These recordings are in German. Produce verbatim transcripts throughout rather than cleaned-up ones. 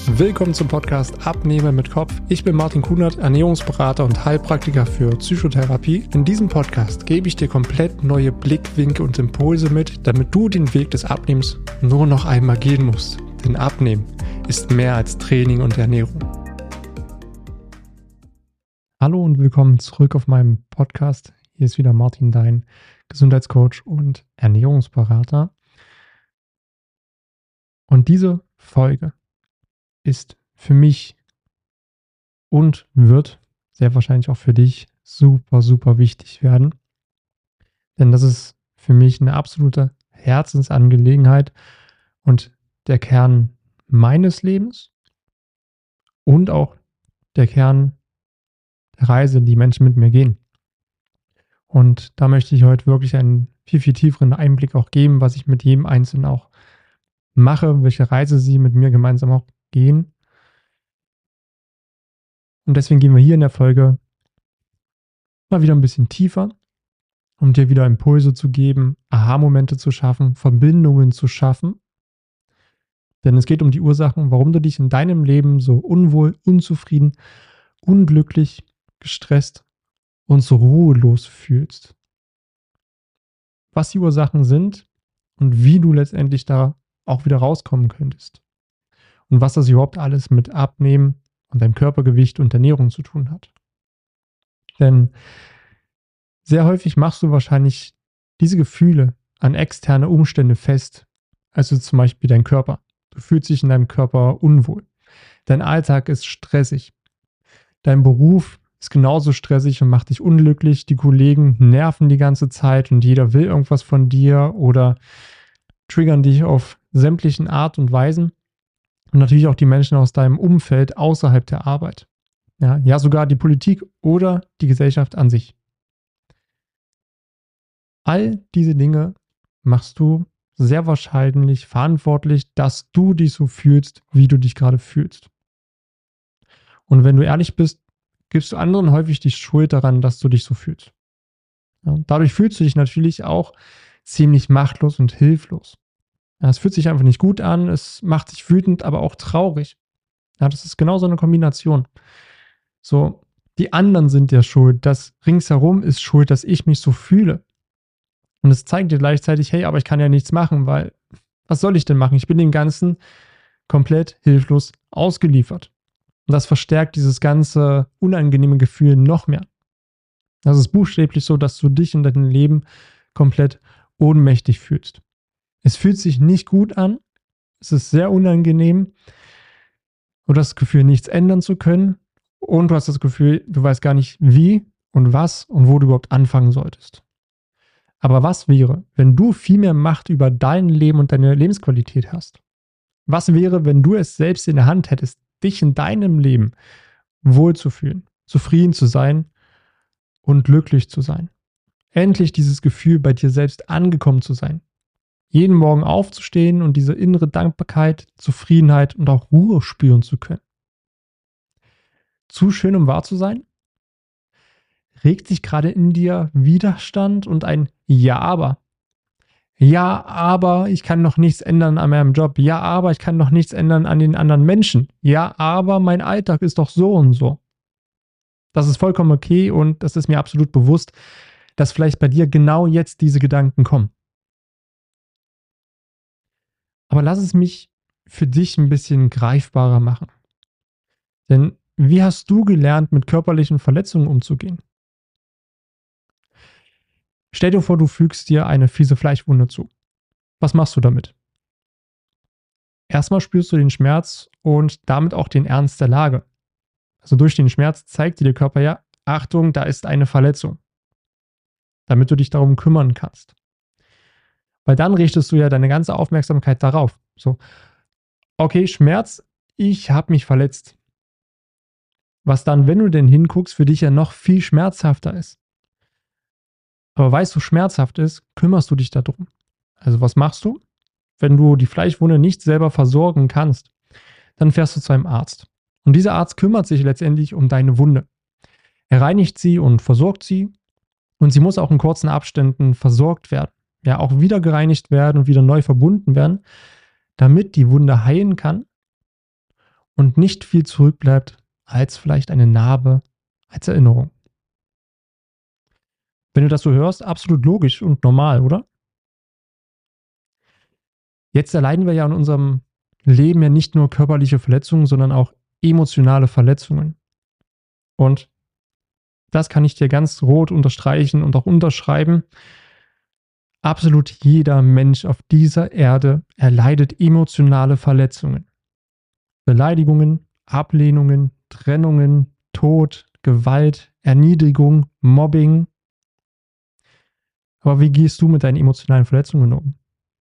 Willkommen zum Podcast Abnehmen mit Kopf. Ich bin Martin Kunert, Ernährungsberater und Heilpraktiker für Psychotherapie. In diesem Podcast gebe ich dir komplett neue Blickwinkel und Impulse mit, damit du den Weg des Abnehmens nur noch einmal gehen musst. Denn Abnehmen ist mehr als Training und Ernährung. Hallo und willkommen zurück auf meinem Podcast. Hier ist wieder Martin, dein Gesundheitscoach und Ernährungsberater. Und diese Folge ist für mich und wird sehr wahrscheinlich auch für dich super, super wichtig werden. Denn das ist für mich eine absolute Herzensangelegenheit und der Kern meines Lebens und auch der Kern der Reise, die Menschen mit mir gehen. Und da möchte ich heute wirklich einen viel, viel tieferen Einblick auch geben, was ich mit jedem Einzelnen auch mache, welche Reise sie mit mir gemeinsam auch gehen. Und deswegen gehen wir hier in der Folge mal wieder ein bisschen tiefer, um dir wieder Impulse zu geben, Aha-Momente zu schaffen, Verbindungen zu schaffen. Denn es geht um die Ursachen, warum du dich in deinem Leben so unwohl, unzufrieden, unglücklich, gestresst und so ruhelos fühlst. Was die Ursachen sind und wie du letztendlich da auch wieder rauskommen könntest. Und was das überhaupt alles mit Abnehmen und deinem Körpergewicht und Ernährung zu tun hat. Denn sehr häufig machst du wahrscheinlich diese Gefühle an externe Umstände fest, also zum Beispiel dein Körper. Du fühlst dich in deinem Körper unwohl. Dein Alltag ist stressig. Dein Beruf ist genauso stressig und macht dich unglücklich. Die Kollegen nerven die ganze Zeit und jeder will irgendwas von dir oder triggern dich auf sämtlichen Art und Weisen. Und natürlich auch die Menschen aus deinem Umfeld außerhalb der Arbeit. Ja, ja, sogar die Politik oder die Gesellschaft an sich. All diese Dinge machst du sehr wahrscheinlich verantwortlich, dass du dich so fühlst, wie du dich gerade fühlst. Und wenn du ehrlich bist, gibst du anderen häufig die Schuld daran, dass du dich so fühlst. Ja, dadurch fühlst du dich natürlich auch ziemlich machtlos und hilflos. Ja, es fühlt sich einfach nicht gut an, es macht dich wütend, aber auch traurig. Ja, das ist genau so eine Kombination. So, die anderen sind ja schuld, das ringsherum ist schuld, dass ich mich so fühle. Und es zeigt dir gleichzeitig, hey, aber ich kann ja nichts machen, weil was soll ich denn machen? Ich bin dem Ganzen komplett hilflos ausgeliefert. Und das verstärkt dieses ganze unangenehme Gefühl noch mehr. Das ist buchstäblich so, dass du dich in deinem Leben komplett ohnmächtig fühlst. Es fühlt sich nicht gut an, es ist sehr unangenehm. Du hast das Gefühl, nichts ändern zu können und du hast das Gefühl, du weißt gar nicht wie und was und wo du überhaupt anfangen solltest. Aber was wäre, wenn du viel mehr Macht über dein Leben und deine Lebensqualität hast? Was wäre, wenn du es selbst in der Hand hättest, dich in deinem Leben wohlzufühlen, zufrieden zu sein und glücklich zu sein? Endlich dieses Gefühl bei dir selbst angekommen zu sein. Jeden Morgen aufzustehen und diese innere Dankbarkeit, Zufriedenheit und auch Ruhe spüren zu können. Zu schön, um wahr zu sein? Regt sich gerade in dir Widerstand und ein Ja, aber. Ja, aber ich kann noch nichts ändern an meinem Job. Ja, aber ich kann noch nichts ändern an den anderen Menschen. Ja, aber mein Alltag ist doch so und so. Das ist vollkommen okay und das ist mir absolut bewusst, dass vielleicht bei dir genau jetzt diese Gedanken kommen. Aber lass es mich für dich ein bisschen greifbarer machen. Denn wie hast du gelernt, mit körperlichen Verletzungen umzugehen? Stell dir vor, du fügst dir eine fiese Fleischwunde zu. Was machst du damit? Erstmal spürst du den Schmerz und damit auch den Ernst der Lage. Also durch den Schmerz zeigt dir der Körper ja, Achtung, da ist eine Verletzung. Damit du dich darum kümmern kannst. Weil dann richtest du ja deine ganze Aufmerksamkeit darauf. So, okay, Schmerz, ich habe mich verletzt. Was dann, wenn du denn hinguckst, für dich ja noch viel schmerzhafter ist. Aber weil es so schmerzhaft ist, kümmerst du dich darum. Also was machst du? Wenn du die Fleischwunde nicht selber versorgen kannst, dann fährst du zu einem Arzt. Und dieser Arzt kümmert sich letztendlich um deine Wunde. Er reinigt sie und versorgt sie. Und sie muss auch in kurzen Abständen versorgt werden. Ja, auch wieder gereinigt werden und wieder neu verbunden werden, damit die Wunde heilen kann und nicht viel zurückbleibt als vielleicht eine Narbe, als Erinnerung. Wenn du das so hörst, absolut logisch und normal, oder? Jetzt erleiden wir ja in unserem Leben ja nicht nur körperliche Verletzungen, sondern auch emotionale Verletzungen. Und das kann ich dir ganz rot unterstreichen und auch unterschreiben. Absolut jeder Mensch auf dieser Erde erleidet emotionale Verletzungen. Beleidigungen, Ablehnungen, Trennungen, Tod, Gewalt, Erniedrigung, Mobbing. Aber wie gehst du mit deinen emotionalen Verletzungen um?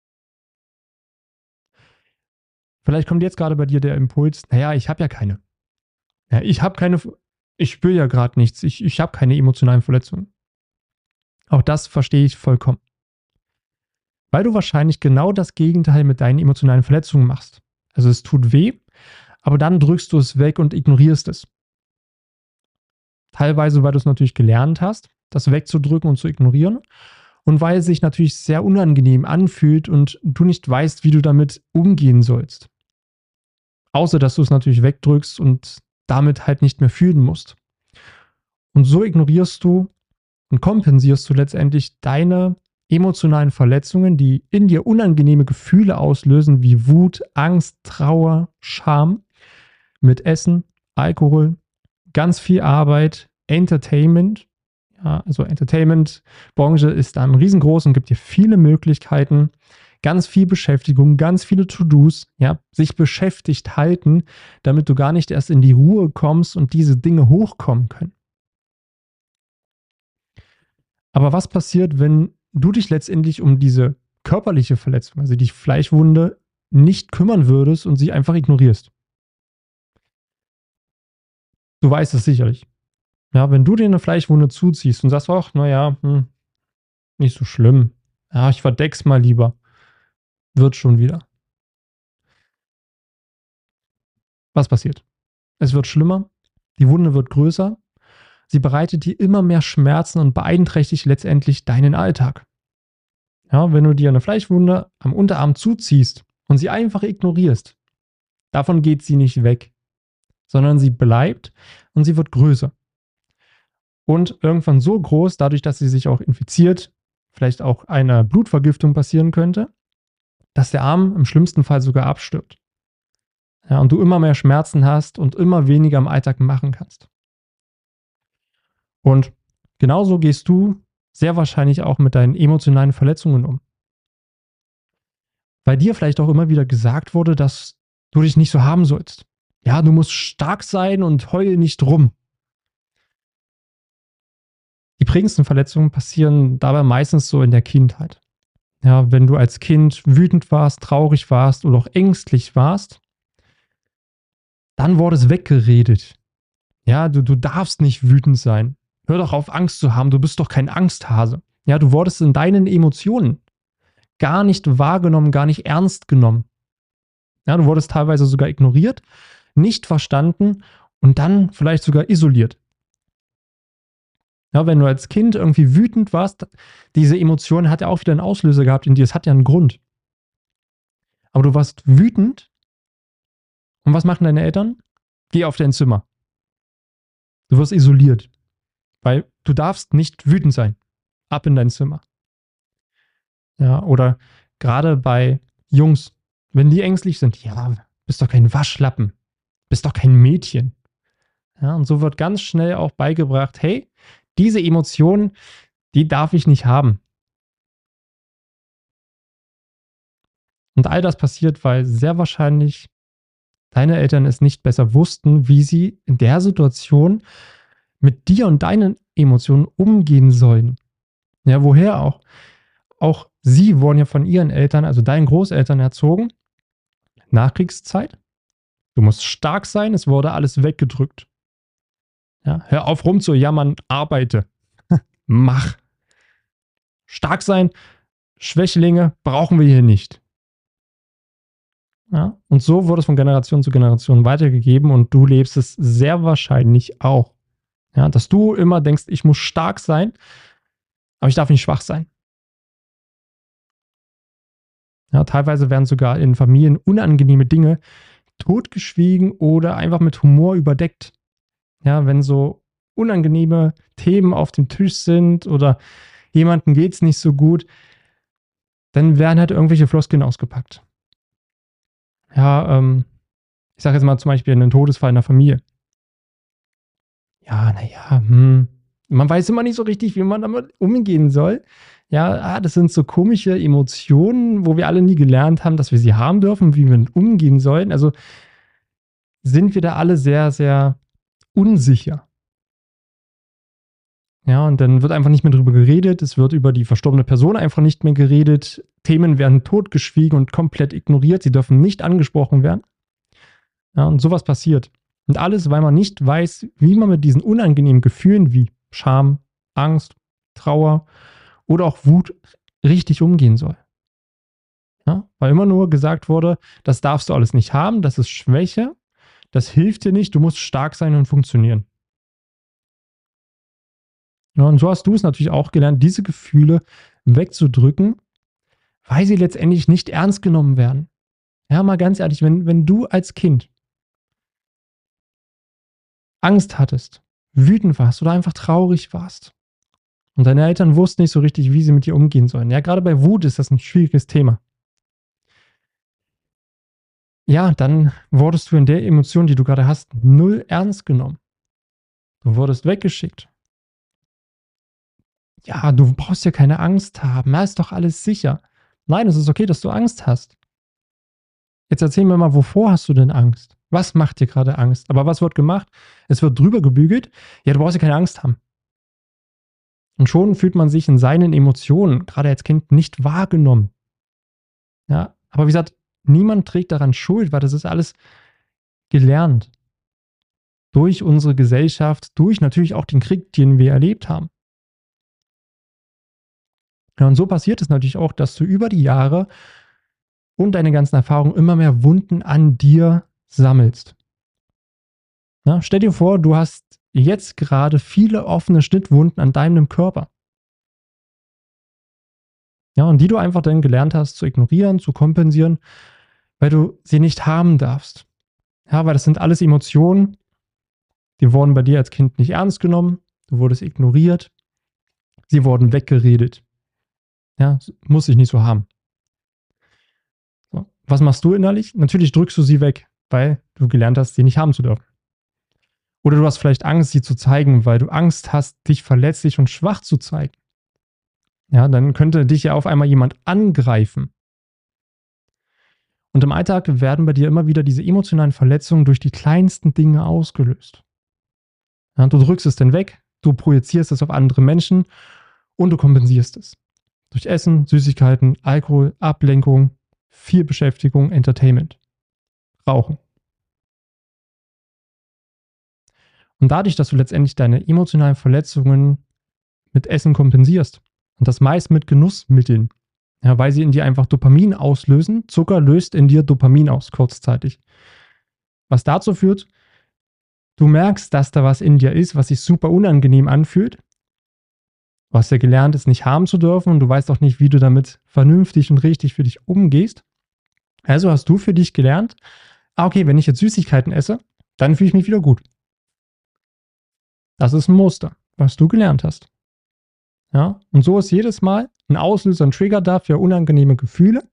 Vielleicht kommt jetzt gerade bei dir der Impuls, naja, ich habe ja keine. Ja, ich habe keine, ich spüre ja gerade nichts, ich, ich habe keine emotionalen Verletzungen. Auch das verstehe ich vollkommen. Weil du wahrscheinlich genau das Gegenteil mit deinen emotionalen Verletzungen machst. Also es tut weh, aber dann drückst du es weg und ignorierst es. Teilweise, weil du es natürlich gelernt hast, das wegzudrücken und zu ignorieren. Und weil es sich natürlich sehr unangenehm anfühlt und du nicht weißt, wie du damit umgehen sollst. Außer, dass du es natürlich wegdrückst und damit halt nicht mehr fühlen musst. Und so ignorierst du und kompensierst du letztendlich deine emotionalen Verletzungen, die in dir unangenehme Gefühle auslösen, wie Wut, Angst, Trauer, Scham, mit Essen, Alkohol, ganz viel Arbeit, Entertainment. Ja, also Entertainment-Branche ist dann riesengroß und gibt dir viele Möglichkeiten, ganz viel Beschäftigung, ganz viele To-Dos, ja, sich beschäftigt halten, damit du gar nicht erst in die Ruhe kommst und diese Dinge hochkommen können. Aber was passiert, wenn du dich letztendlich um diese körperliche Verletzung, also die Fleischwunde, nicht kümmern würdest und sie einfach ignorierst? Du weißt es sicherlich. Ja, wenn du dir eine Fleischwunde zuziehst und sagst, ach, naja, hm, nicht so schlimm. Ja, ich verdeck's mal lieber. Wird schon wieder. Was passiert? Es wird schlimmer, die Wunde wird größer, sie bereitet dir immer mehr Schmerzen und beeinträchtigt letztendlich deinen Alltag. Ja, wenn du dir eine Fleischwunde am Unterarm zuziehst und sie einfach ignorierst, davon geht sie nicht weg, sondern sie bleibt und sie wird größer. Und irgendwann so groß, dadurch, dass sie sich auch infiziert, vielleicht auch eine Blutvergiftung passieren könnte, dass der Arm im schlimmsten Fall sogar abstirbt. Ja, und du immer mehr Schmerzen hast und immer weniger im Alltag machen kannst. Und genauso gehst du sehr wahrscheinlich auch mit deinen emotionalen Verletzungen um. Weil dir vielleicht auch immer wieder gesagt wurde, dass du dich nicht so haben sollst. Ja, du musst stark sein und heul nicht rum. Die prägendsten Verletzungen passieren dabei meistens so in der Kindheit. Ja, wenn du als Kind wütend warst, traurig warst oder auch ängstlich warst, dann wurde es weggeredet. Ja, du, du darfst nicht wütend sein. Hör doch auf, Angst zu haben. Du bist doch kein Angsthase. Ja, du wurdest in deinen Emotionen gar nicht wahrgenommen, gar nicht ernst genommen. Ja, du wurdest teilweise sogar ignoriert, nicht verstanden und dann vielleicht sogar isoliert. Ja, wenn du als Kind irgendwie wütend warst, diese Emotion hat ja auch wieder einen Auslöser gehabt in dir. Es hat ja einen Grund. Aber du warst wütend und was machen deine Eltern? Geh auf dein Zimmer. Du wirst isoliert, weil du darfst nicht wütend sein. Ab in dein Zimmer. Ja, oder gerade bei Jungs, wenn die ängstlich sind, ja, bist doch kein Waschlappen, bist doch kein Mädchen. Ja, und so wird ganz schnell auch beigebracht, hey, diese Emotionen, die darf ich nicht haben. Und all das passiert, weil sehr wahrscheinlich deine Eltern es nicht besser wussten, wie sie in der Situation mit dir und deinen Emotionen umgehen sollen. Ja, woher auch? Auch sie wurden ja von ihren Eltern, also deinen Großeltern erzogen. Nachkriegszeit. Du musst stark sein, es wurde alles weggedrückt. Ja, hör auf rumzujammern, arbeite. Mach. Stark sein, Schwächlinge brauchen wir hier nicht. Ja, und so wurde es von Generation zu Generation weitergegeben und du lebst es sehr wahrscheinlich auch. Ja, dass du immer denkst, ich muss stark sein, aber ich darf nicht schwach sein. Ja, teilweise werden sogar in Familien unangenehme Dinge totgeschwiegen oder einfach mit Humor überdeckt. Ja, wenn so unangenehme Themen auf dem Tisch sind oder jemandem geht es nicht so gut, dann werden halt irgendwelche Floskeln ausgepackt. Ja, ähm, ich sage jetzt mal zum Beispiel einen Todesfall in der Familie. Ja, naja, hm, man weiß immer nicht so richtig, wie man damit umgehen soll. Ja, ah, das sind so komische Emotionen, wo wir alle nie gelernt haben, dass wir sie haben dürfen, wie wir damit umgehen sollen. Also sind wir da alle sehr, sehr unsicher. Ja, und dann wird einfach nicht mehr drüber geredet. Es wird über die verstorbene Person einfach nicht mehr geredet. Themen werden totgeschwiegen und komplett ignoriert. Sie dürfen nicht angesprochen werden. Ja, und sowas passiert. Und alles, weil man nicht weiß, wie man mit diesen unangenehmen Gefühlen wie Scham, Angst, Trauer oder auch Wut richtig umgehen soll. Ja, weil immer nur gesagt wurde, das darfst du alles nicht haben, das ist Schwäche, das hilft dir nicht, du musst stark sein und funktionieren. Ja, und so hast du es natürlich auch gelernt, diese Gefühle wegzudrücken, weil sie letztendlich nicht ernst genommen werden. Ja, mal ganz ehrlich, wenn, wenn du als Kind Angst hattest, wütend warst oder einfach traurig warst und deine Eltern wussten nicht so richtig, wie sie mit dir umgehen sollen. Ja, gerade bei Wut ist das ein schwieriges Thema. Ja, dann wurdest du in der Emotion, die du gerade hast, null ernst genommen. Du wurdest weggeschickt. Ja, du brauchst ja keine Angst haben. Ja, ist doch alles sicher. Nein, es ist okay, dass du Angst hast. Jetzt erzähl mir mal, wovor hast du denn Angst? Was macht dir gerade Angst? Aber was wird gemacht? Es wird drüber gebügelt. Ja, du brauchst ja keine Angst haben. Und schon fühlt man sich in seinen Emotionen, gerade als Kind, nicht wahrgenommen. Ja, aber wie gesagt, niemand trägt daran Schuld, weil das ist alles gelernt. Durch unsere Gesellschaft, durch natürlich auch den Krieg, den wir erlebt haben. Ja, und so passiert es natürlich auch, dass du über die Jahre und deine ganzen Erfahrungen immer mehr Wunden an dir sammelst. Ja, stell dir vor, du hast jetzt gerade viele offene Schnittwunden an deinem Körper. Ja, und die du einfach dann gelernt hast zu ignorieren, zu kompensieren, weil du sie nicht haben darfst. Ja, weil das sind alles Emotionen, die wurden bei dir als Kind nicht ernst genommen, du wurdest ignoriert, sie wurden weggeredet. Ja, muss ich nicht so haben. So. Was machst du innerlich? Natürlich drückst du sie weg, weil du gelernt hast, sie nicht haben zu dürfen. Oder du hast vielleicht Angst, sie zu zeigen, weil du Angst hast, dich verletzlich und schwach zu zeigen. Ja, dann könnte dich ja auf einmal jemand angreifen. Und im Alltag werden bei dir immer wieder diese emotionalen Verletzungen durch die kleinsten Dinge ausgelöst. Ja, du drückst es dann weg, du projizierst es auf andere Menschen und du kompensierst es. Durch Essen, Süßigkeiten, Alkohol, Ablenkung, viel Beschäftigung, Entertainment, Rauchen. Und dadurch, dass du letztendlich deine emotionalen Verletzungen mit Essen kompensierst und das meist mit Genussmitteln, ja, weil sie in dir einfach Dopamin auslösen. Zucker löst in dir Dopamin aus, kurzzeitig. Was dazu führt, du merkst, dass da was in dir ist, was sich super unangenehm anfühlt. Du hast ja gelernt, es nicht haben zu dürfen und du weißt auch nicht, wie du damit vernünftig und richtig für dich umgehst. Also hast du für dich gelernt, ah, okay, wenn ich jetzt Süßigkeiten esse, dann fühle ich mich wieder gut. Das ist ein Muster, was du gelernt hast. Ja? Und so ist jedes Mal ein Auslöser, ein Trigger da für unangenehme Gefühle.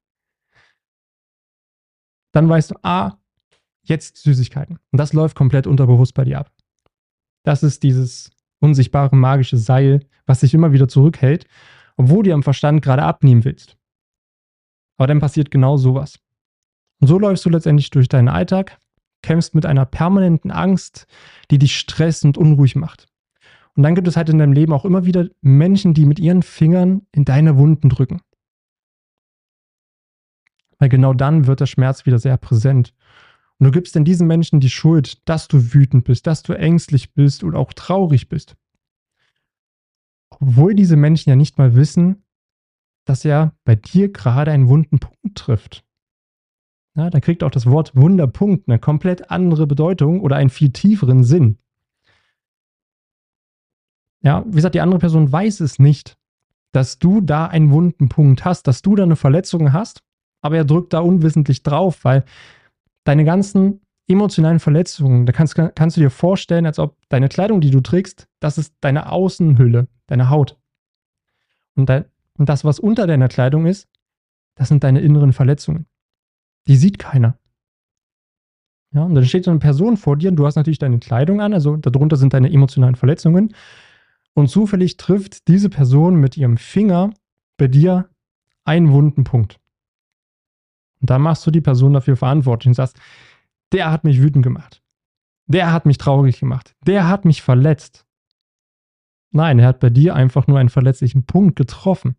Dann weißt du, ah, jetzt Süßigkeiten. Und das läuft komplett unterbewusst bei dir ab. Das ist dieses unsichtbare magische Seil, was dich immer wieder zurückhält, obwohl du am Verstand gerade abnehmen willst. Aber dann passiert genau sowas. Und so läufst du letztendlich durch deinen Alltag, kämpfst mit einer permanenten Angst, die dich stresst und unruhig macht. Und dann gibt es halt in deinem Leben auch immer wieder Menschen, die mit ihren Fingern in deine Wunden drücken. Weil genau dann wird der Schmerz wieder sehr präsent. Und du gibst dann diesen Menschen die Schuld, dass du wütend bist, dass du ängstlich bist oder auch traurig bist. Obwohl diese Menschen ja nicht mal wissen, dass er bei dir gerade einen wunden Punkt trifft. Ja, da kriegt auch das Wort Wunderpunkt eine komplett andere Bedeutung oder einen viel tieferen Sinn. Ja, wie gesagt, die andere Person weiß es nicht, dass du da einen wunden Punkt hast, dass du da eine Verletzung hast, aber er drückt da unwissentlich drauf, weil deine ganzen emotionalen Verletzungen, da kannst, kannst du dir vorstellen, als ob deine Kleidung, die du trägst, das ist deine Außenhülle, deine Haut. Und, dein, und das, was unter deiner Kleidung ist, das sind deine inneren Verletzungen. Die sieht keiner. Ja, und dann steht so eine Person vor dir und du hast natürlich deine Kleidung an, also darunter sind deine emotionalen Verletzungen. Und zufällig trifft diese Person mit ihrem Finger bei dir einen wunden Punkt. Und da machst du die Person dafür verantwortlich und sagst, der hat mich wütend gemacht. Der hat mich traurig gemacht. Der hat mich verletzt. Nein, er hat bei dir einfach nur einen verletzlichen Punkt getroffen.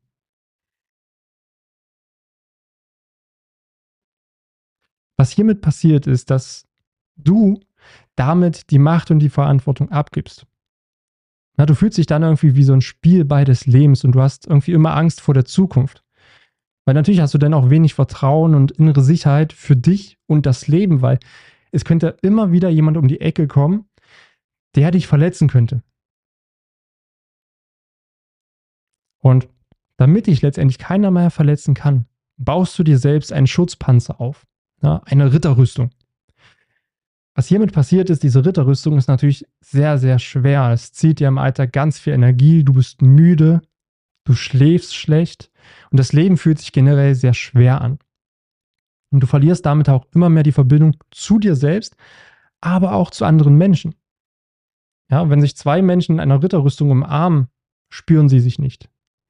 Was hiermit passiert ist, dass du damit die Macht und die Verantwortung abgibst. Na, du fühlst dich dann irgendwie wie so ein Spielball des Lebens und du hast irgendwie immer Angst vor der Zukunft. Weil natürlich hast du dann auch wenig Vertrauen und innere Sicherheit für dich und das Leben, weil es könnte immer wieder jemand um die Ecke kommen, der dich verletzen könnte. Und damit dich letztendlich keiner mehr verletzen kann, baust du dir selbst einen Schutzpanzer auf, ja, eine Ritterrüstung. Was hiermit passiert ist, diese Ritterrüstung ist natürlich sehr, sehr schwer. Es zieht dir im Alltag ganz viel Energie, du bist müde, du schläfst schlecht und das Leben fühlt sich generell sehr schwer an. Und du verlierst damit auch immer mehr die Verbindung zu dir selbst, aber auch zu anderen Menschen. Ja, wenn sich zwei Menschen in einer Ritterrüstung umarmen, spüren sie sich nicht.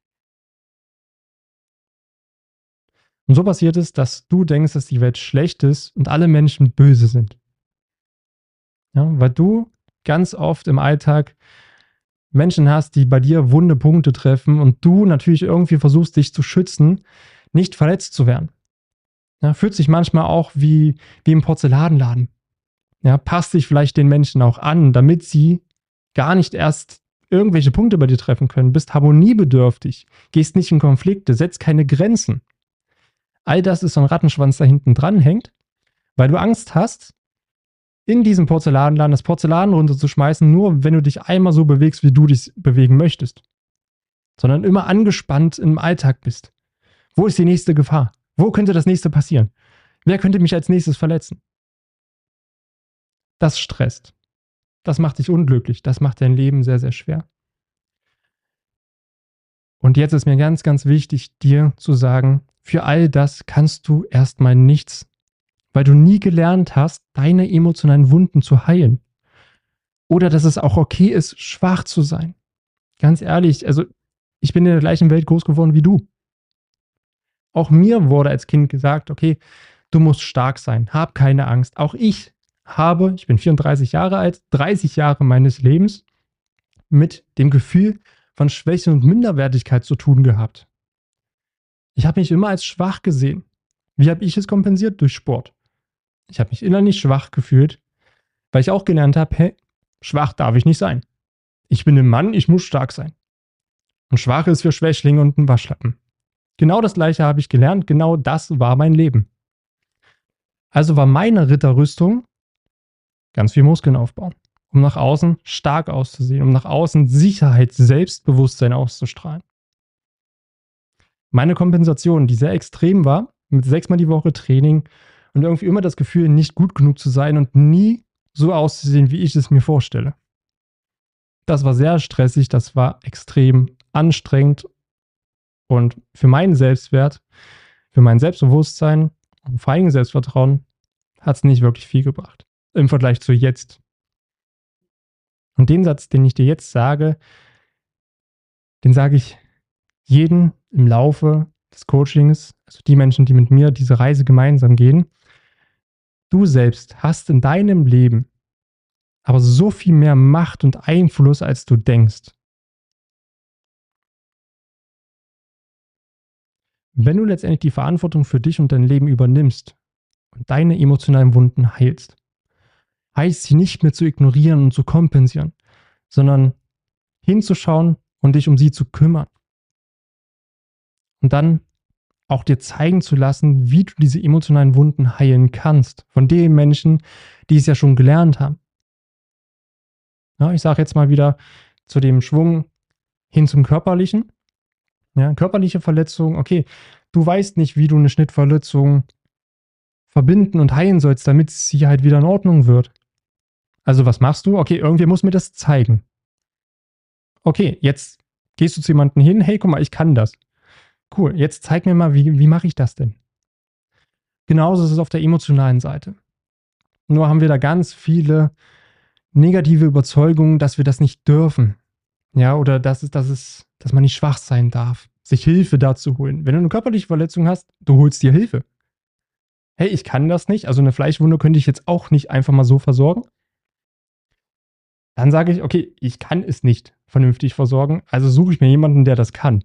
Und so passiert es, dass du denkst, dass die Welt schlecht ist und alle Menschen böse sind. Ja, weil du ganz oft im Alltag Menschen hast, die bei dir wunde Punkte treffen und du natürlich irgendwie versuchst, dich zu schützen, nicht verletzt zu werden. Ja, fühlt sich manchmal auch wie, wie im Porzellanladen. Ja, passt dich vielleicht den Menschen auch an, damit sie gar nicht erst irgendwelche Punkte bei dir treffen können. Bist harmoniebedürftig, gehst nicht in Konflikte, setzt keine Grenzen. All das ist so ein Rattenschwanz, der hinten dran hängt, weil du Angst hast, in diesem Porzellanladen das Porzellan runterzuschmeißen, nur wenn du dich einmal so bewegst, wie du dich bewegen möchtest. Sondern immer angespannt im Alltag bist. Wo ist die nächste Gefahr? Wo könnte das nächste passieren? Wer könnte mich als nächstes verletzen? Das stresst. Das macht dich unglücklich. Das macht dein Leben sehr, sehr schwer. Und jetzt ist mir ganz, ganz wichtig, dir zu sagen, für all das kannst du erstmal nichts, weil du nie gelernt hast, deine emotionalen Wunden zu heilen. Oder dass es auch okay ist, schwach zu sein. Ganz ehrlich, also ich bin in der gleichen Welt groß geworden wie du. Auch mir wurde als Kind gesagt, okay, du musst stark sein, hab keine Angst. Auch ich habe, ich bin vierunddreißig Jahre alt, dreißig Jahre meines Lebens mit dem Gefühl von Schwäche und Minderwertigkeit zu tun gehabt. Ich habe mich immer als schwach gesehen. Wie habe ich es kompensiert? Durch Sport. Ich habe mich innerlich schwach gefühlt, weil ich auch gelernt habe, hey, schwach darf ich nicht sein. Ich bin ein Mann, ich muss stark sein. Und schwach ist für Schwächlinge und ein Waschlappen. Genau das Gleiche habe ich gelernt, genau das war mein Leben. Also war meine Ritterrüstung ganz viel Muskeln aufbauen, um nach außen stark auszusehen, um nach außen Sicherheit, Selbstbewusstsein auszustrahlen. Meine Kompensation, die sehr extrem war, mit sechsmal die Woche Training und irgendwie immer das Gefühl, nicht gut genug zu sein und nie so auszusehen, wie ich es mir vorstelle. Das war sehr stressig, das war extrem anstrengend und für meinen Selbstwert, für mein Selbstbewusstsein und vor allem Selbstvertrauen hat es nicht wirklich viel gebracht im Vergleich zu jetzt. Und den Satz, den ich dir jetzt sage, den sage ich jeden im Laufe des Coachings, also die Menschen, die mit mir diese Reise gemeinsam gehen. Du selbst hast in deinem Leben aber so viel mehr Macht und Einfluss, als du denkst. Wenn du letztendlich die Verantwortung für dich und dein Leben übernimmst und deine emotionalen Wunden heilst, heißt sie nicht mehr zu ignorieren und zu kompensieren, sondern hinzuschauen und dich um sie zu kümmern. Und dann auch dir zeigen zu lassen, wie du diese emotionalen Wunden heilen kannst. Von den Menschen, die es ja schon gelernt haben. Ja, ich sage jetzt mal wieder zu dem Schwung hin zum Körperlichen. Ja, körperliche Verletzung, okay, du weißt nicht, wie du eine Schnittverletzung verbinden und heilen sollst, damit sie halt wieder in Ordnung wird. Also was machst du? Okay, irgendwer muss mir das zeigen. Okay, jetzt gehst du zu jemandem hin, hey, guck mal, ich kann das. Cool, jetzt zeig mir mal, wie, wie mache ich das denn? Genauso ist es auf der emotionalen Seite. Nur haben wir da ganz viele negative Überzeugungen, dass wir das nicht dürfen. Ja, oder dass, es, dass, es, dass man nicht schwach sein darf, sich Hilfe dazu holen. Wenn du eine körperliche Verletzung hast, du holst dir Hilfe. Hey, ich kann das nicht, also eine Fleischwunde könnte ich jetzt auch nicht einfach mal so versorgen. Dann sage ich, okay, ich kann es nicht vernünftig versorgen, also suche ich mir jemanden, der das kann.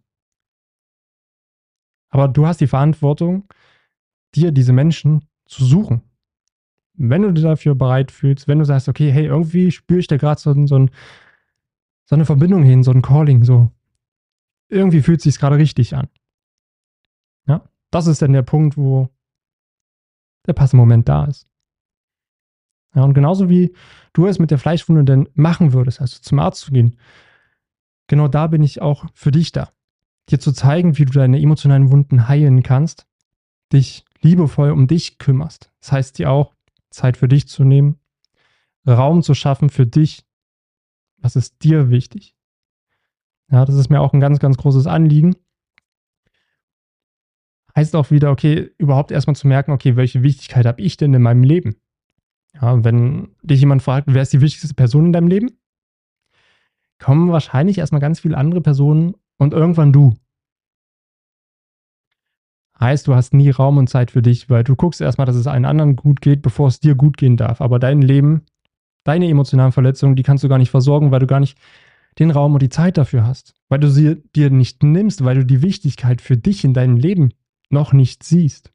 Aber du hast die Verantwortung, dir diese Menschen zu suchen. Wenn du dich dafür bereit fühlst, wenn du sagst, okay, hey, irgendwie spüre ich da gerade so, so, ein, so eine Verbindung hin, so ein Calling, so. Irgendwie fühlt es sich gerade richtig an. Ja, das ist dann der Punkt, wo der passende Moment da ist. Ja, und genauso wie du es mit der Fleischwunde denn machen würdest, also zum Arzt zu gehen, genau da bin ich auch für dich da. Dir zu zeigen, wie du deine emotionalen Wunden heilen kannst, dich liebevoll um dich kümmerst. Das heißt dir auch, Zeit für dich zu nehmen, Raum zu schaffen für dich. Was ist dir wichtig? Ja, das ist mir auch ein ganz, ganz großes Anliegen. Heißt auch wieder, okay, überhaupt erstmal zu merken, okay, welche Wichtigkeit habe ich denn in meinem Leben? Ja, wenn dich jemand fragt, wer ist die wichtigste Person in deinem Leben? Kommen wahrscheinlich erstmal ganz viele andere Personen und irgendwann du. Heißt, du hast nie Raum und Zeit für dich, weil du guckst erstmal, dass es allen anderen gut geht, bevor es dir gut gehen darf. Aber dein Leben, deine emotionalen Verletzungen, die kannst du gar nicht versorgen, weil du gar nicht den Raum und die Zeit dafür hast. Weil du sie dir nicht nimmst, weil du die Wichtigkeit für dich in deinem Leben noch nicht siehst.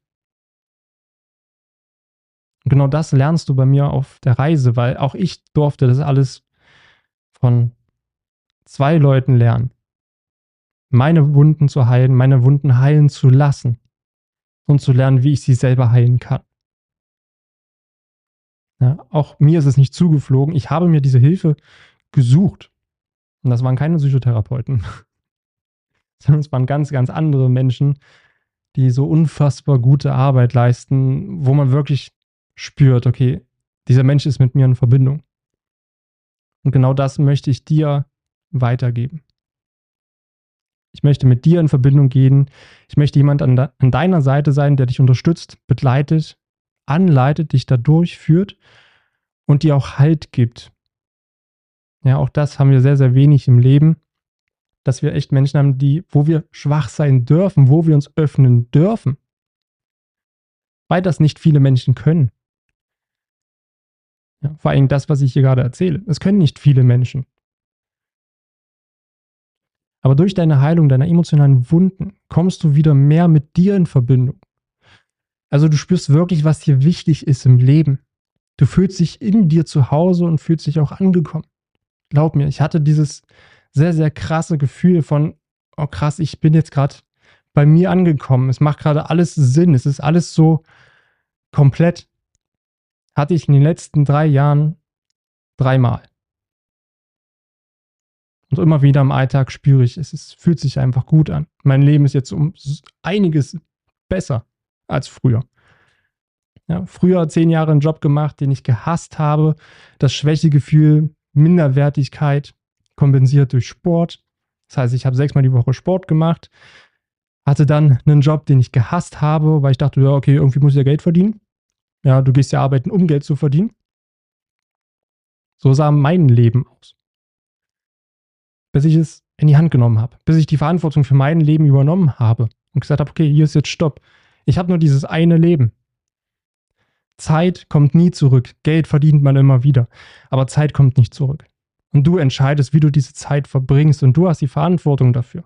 Und genau das lernst du bei mir auf der Reise, weil auch ich durfte das alles von zwei Leuten lernen. Meine Wunden zu heilen, meine Wunden heilen zu lassen und zu lernen, wie ich sie selber heilen kann. Ja, auch mir ist es nicht zugeflogen. Ich habe mir diese Hilfe gesucht. Und das waren keine Psychotherapeuten, sondern es waren ganz, ganz andere Menschen, die so unfassbar gute Arbeit leisten, wo man wirklich spürt, okay, dieser Mensch ist mit mir in Verbindung. Und genau das möchte ich dir weitergeben. Ich möchte mit dir in Verbindung gehen. Ich möchte jemand an, de an deiner Seite sein, der dich unterstützt, begleitet, anleitet, dich da durchführt und dir auch Halt gibt. Ja, auch das haben wir sehr, sehr wenig im Leben, dass wir echt Menschen haben, die, wo wir schwach sein dürfen, wo wir uns öffnen dürfen. Weil das nicht viele Menschen können. Ja, vor allem das, was ich hier gerade erzähle. Das können nicht viele Menschen. Aber durch deine Heilung deiner emotionalen Wunden kommst du wieder mehr mit dir in Verbindung. Also du spürst wirklich, was dir wichtig ist im Leben. Du fühlst dich in dir zu Hause und fühlst dich auch angekommen. Glaub mir, ich hatte dieses sehr, sehr krasse Gefühl von, oh krass, ich bin jetzt gerade bei mir angekommen. Es macht gerade alles Sinn. Es ist alles so komplett. Hatte ich in den letzten drei Jahren dreimal. Und immer wieder im Alltag spüre ich, es ist, fühlt sich einfach gut an. Mein Leben ist jetzt um einiges besser als früher. Ja, früher zehn Jahre einen Job gemacht, den ich gehasst habe. Das Schwächegefühl, Minderwertigkeit kompensiert durch Sport. Das heißt, ich habe sechsmal die Woche Sport gemacht, hatte dann einen Job, den ich gehasst habe, weil ich dachte, ja, okay, irgendwie muss ich ja Geld verdienen. Ja, du gehst ja arbeiten, um Geld zu verdienen. So sah mein Leben aus. Bis ich es in die Hand genommen habe, bis ich die Verantwortung für mein Leben übernommen habe und gesagt habe, okay, hier ist jetzt Stopp. Ich habe nur dieses eine Leben. Zeit kommt nie zurück. Geld verdient man immer wieder. Aber Zeit kommt nicht zurück. Und du entscheidest, wie du diese Zeit verbringst und du hast die Verantwortung dafür.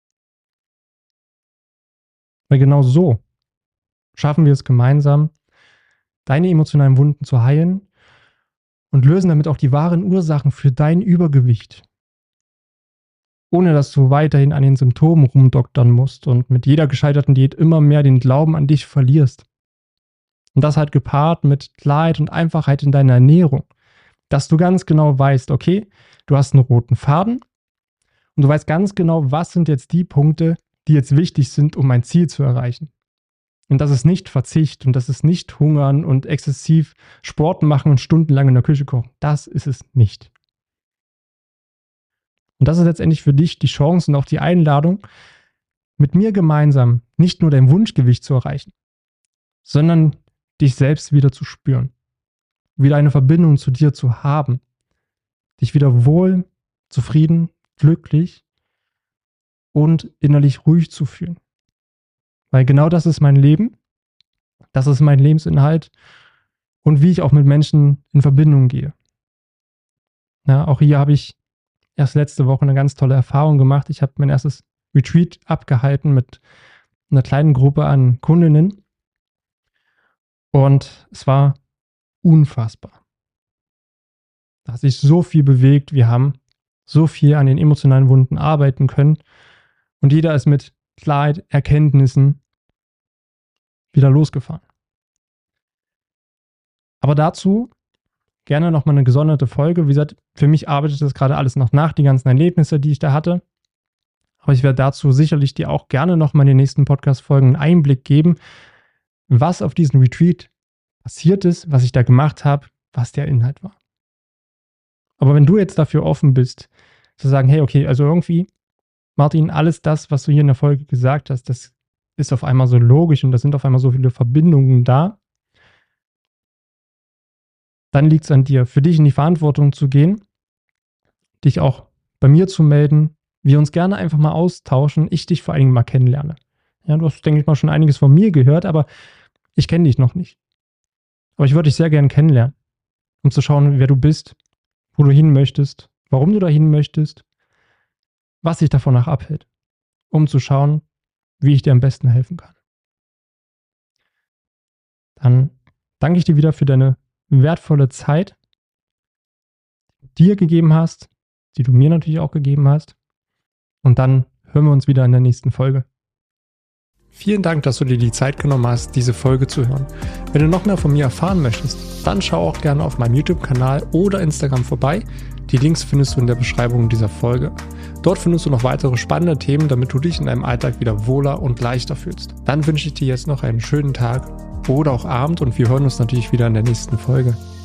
Weil genau so schaffen wir es gemeinsam, deine emotionalen Wunden zu heilen und lösen damit auch die wahren Ursachen für dein Übergewicht. Ohne dass du weiterhin an den Symptomen rumdoktern musst und mit jeder gescheiterten Diät immer mehr den Glauben an dich verlierst. Und das halt gepaart mit Klarheit und Einfachheit in deiner Ernährung. Dass du ganz genau weißt, okay, du hast einen roten Faden und du weißt ganz genau, was sind jetzt die Punkte, die jetzt wichtig sind, um mein Ziel zu erreichen. Und das ist nicht Verzicht und das ist nicht Hungern und exzessiv Sport machen und stundenlang in der Küche kochen. Das ist es nicht. Und das ist letztendlich für dich die Chance und auch die Einladung, mit mir gemeinsam nicht nur dein Wunschgewicht zu erreichen, sondern dich selbst wieder zu spüren, wieder eine Verbindung zu dir zu haben, dich wieder wohl, zufrieden, glücklich und innerlich ruhig zu fühlen. Weil genau das ist mein Leben, das ist mein Lebensinhalt und wie ich auch mit Menschen in Verbindung gehe. Ja, auch hier habe ich erst letzte Woche eine ganz tolle Erfahrung gemacht. Ich habe mein erstes Retreat abgehalten mit einer kleinen Gruppe an Kundinnen und es war unfassbar. Da hat sich so viel bewegt, wir haben so viel an den emotionalen Wunden arbeiten können und jeder ist mit Klarheit, Erkenntnissen wieder losgefahren. Aber dazu gerne nochmal eine gesonderte Folge. Wie gesagt, für mich arbeitet das gerade alles noch nach, die ganzen Erlebnisse, die ich da hatte. Aber ich werde dazu sicherlich dir auch gerne nochmal in den nächsten Podcast-Folgen einen Einblick geben, was auf diesem Retreat passiert ist, was ich da gemacht habe, was der Inhalt war. Aber wenn du jetzt dafür offen bist, zu sagen, hey, okay, also irgendwie, Martin, alles das, was du hier in der Folge gesagt hast, das ist auf einmal so logisch und da sind auf einmal so viele Verbindungen da, dann liegt es an dir, für dich in die Verantwortung zu gehen, dich auch bei mir zu melden, wir uns gerne einfach mal austauschen, ich dich vor allen Dingen mal kennenlerne. Ja, du hast, denke ich mal, schon einiges von mir gehört, aber ich kenne dich noch nicht. Aber ich würde dich sehr gerne kennenlernen, um zu schauen, wer du bist, wo du hin möchtest, warum du dahin möchtest, was dich davon nach abhält, um zu schauen, wie ich dir am besten helfen kann. Dann danke ich dir wieder für deine wertvolle Zeit, die du dir gegeben hast, die du mir natürlich auch gegeben hast. Und dann hören wir uns wieder in der nächsten Folge. Vielen Dank, dass du dir die Zeit genommen hast, diese Folge zu hören. Wenn du noch mehr von mir erfahren möchtest, dann schau auch gerne auf meinem YouTube-Kanal oder Instagram vorbei. Die Links findest du in der Beschreibung dieser Folge. Dort findest du noch weitere spannende Themen, damit du dich in deinem Alltag wieder wohler und leichter fühlst. Dann wünsche ich dir jetzt noch einen schönen Tag oder auch Abend und wir hören uns natürlich wieder in der nächsten Folge.